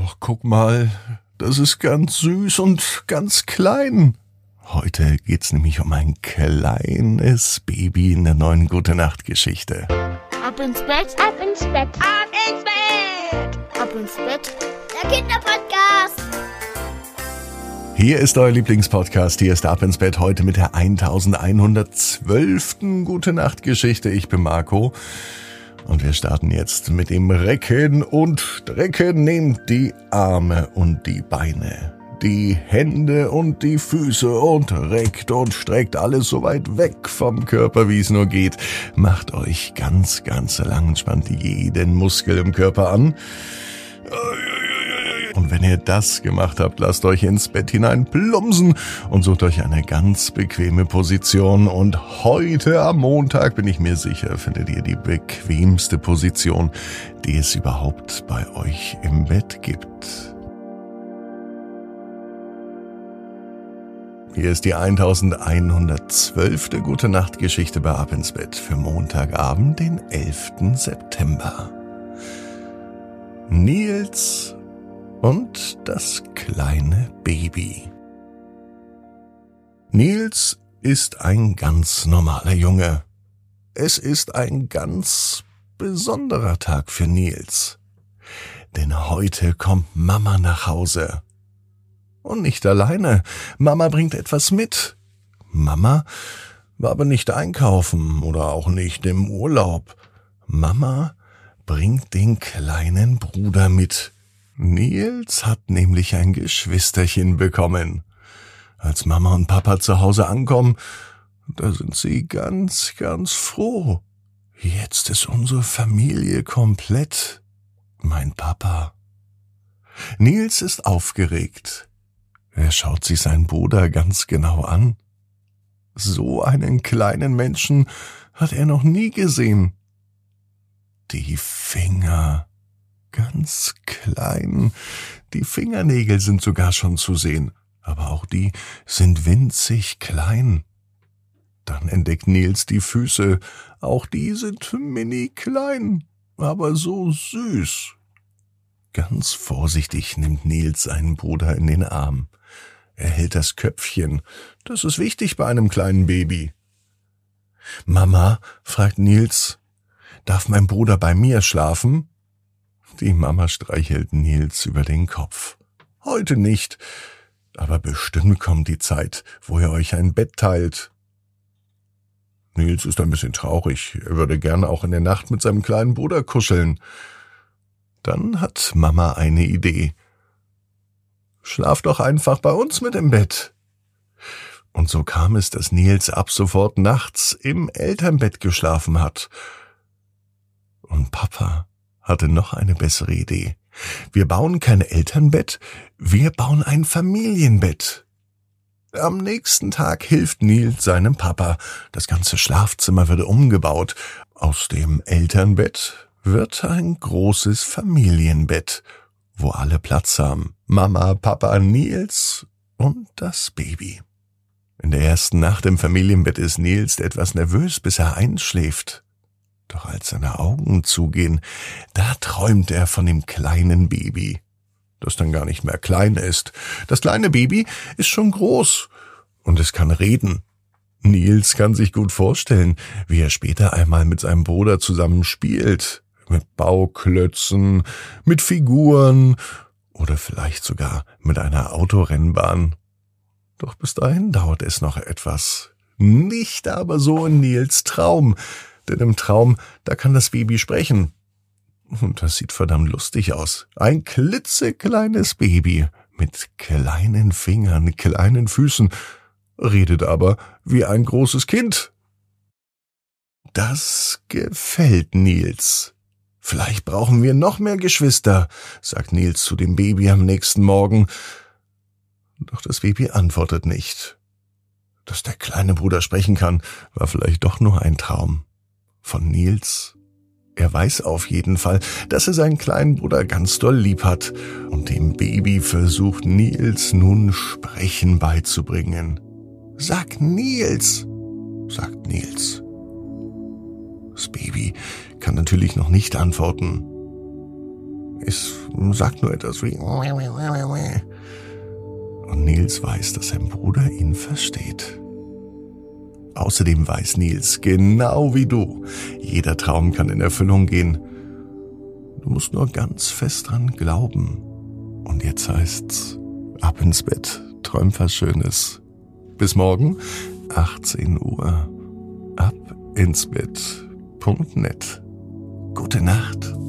Ach, guck mal, das ist ganz süß und ganz klein. Heute geht's nämlich um ein kleines Baby in der neuen Gute-Nacht-Geschichte. Ab ins Bett, ab ins Bett, ab ins Bett, ab ins Bett. Der Kinderpodcast. Hier ist euer Lieblingspodcast, hier ist Ab ins Bett, heute mit der 1112. Gute-Nacht-Geschichte. Ich bin Marco und wir starten jetzt mit dem Recken und Strecken. Nehmt die Arme und die Beine, die Hände und die Füße und reckt und streckt alles so weit weg vom Körper, wie es nur geht. Macht euch ganz, ganz lang und spannt jeden Muskel im Körper an. Und wenn ihr das gemacht habt, lasst euch ins Bett hinein plumpsen und sucht euch eine ganz bequeme Position. Und heute am Montag, bin ich mir sicher, findet ihr die bequemste Position, die es überhaupt bei euch im Bett gibt. Hier ist die 1112. Gute-Nacht-Geschichte bei Ab ins Bett für Montagabend, den 11. September. Nils und das kleine Baby. Nils ist ein ganz normaler Junge. Es ist ein ganz besonderer Tag für Nils. Denn heute kommt Mama nach Hause. Und nicht alleine. Mama bringt etwas mit. Mama war aber nicht einkaufen oder auch nicht im Urlaub. Mama bringt den kleinen Bruder mit. Nils hat nämlich ein Geschwisterchen bekommen. Als Mama und Papa zu Hause ankommen, da sind sie ganz, ganz froh. Jetzt ist unsere Familie komplett. Mein Papa. Nils ist aufgeregt. Er schaut sich seinen Bruder ganz genau an. So einen kleinen Menschen hat er noch nie gesehen. Die Finger, ganz klein, die Fingernägel sind sogar schon zu sehen, aber auch die sind winzig klein. Dann entdeckt Nils die Füße, auch die sind mini klein, aber so süß. Ganz vorsichtig nimmt Nils seinen Bruder in den Arm. Er hält das Köpfchen, das ist wichtig bei einem kleinen Baby. »Mama«, fragt Nils, »darf mein Bruder bei mir schlafen?« Die Mama streichelt Nils über den Kopf. »Heute nicht, aber bestimmt kommt die Zeit, wo ihr euch ein Bett teilt.« Nils ist ein bisschen traurig, er würde gerne auch in der Nacht mit seinem kleinen Bruder kuscheln. Dann hat Mama eine Idee. »Schlaf doch einfach bei uns mit im Bett.« Und so kam es, dass Nils ab sofort nachts im Elternbett geschlafen hat. Und Papa hatte noch eine bessere Idee. Wir bauen kein Elternbett, wir bauen ein Familienbett. Am nächsten Tag hilft Nils seinem Papa. Das ganze Schlafzimmer wird umgebaut. Aus dem Elternbett wird ein großes Familienbett, wo alle Platz haben. Mama, Papa, Nils und das Baby. In der ersten Nacht im Familienbett ist Nils etwas nervös, bis er einschläft. Doch als seine Augen zugehen, da träumt er von dem kleinen Baby, das dann gar nicht mehr klein ist. Das kleine Baby ist schon groß und es kann reden. Nils kann sich gut vorstellen, wie er später einmal mit seinem Bruder zusammen spielt. Mit Bauklötzen, mit Figuren oder vielleicht sogar mit einer Autorennbahn. Doch bis dahin dauert es noch etwas. Nicht aber so in Nils Traum. Denn im Traum, da kann das Baby sprechen. Und das sieht verdammt lustig aus. Ein klitzekleines Baby mit kleinen Fingern, kleinen Füßen, redet aber wie ein großes Kind. Das gefällt Nils. Vielleicht brauchen wir noch mehr Geschwister, sagt Nils zu dem Baby am nächsten Morgen. Doch das Baby antwortet nicht. Dass der kleine Bruder sprechen kann, war vielleicht doch nur ein Traum von Nils. Er weiß auf jeden Fall, dass er seinen kleinen Bruder ganz doll lieb hat. Und dem Baby versucht Nils nun Sprechen beizubringen. »Sag Nils«, sagt Nils. Das Baby kann natürlich noch nicht antworten. Es sagt nur etwas wie... Und Nils weiß, dass sein Bruder ihn versteht. Außerdem weiß Nils, genau wie du, jeder Traum kann in Erfüllung gehen. Du musst nur ganz fest dran glauben. Und jetzt heißt's, ab ins Bett, träum was Schönes. Bis morgen, 18 Uhr, abinsbett.net. Gute Nacht.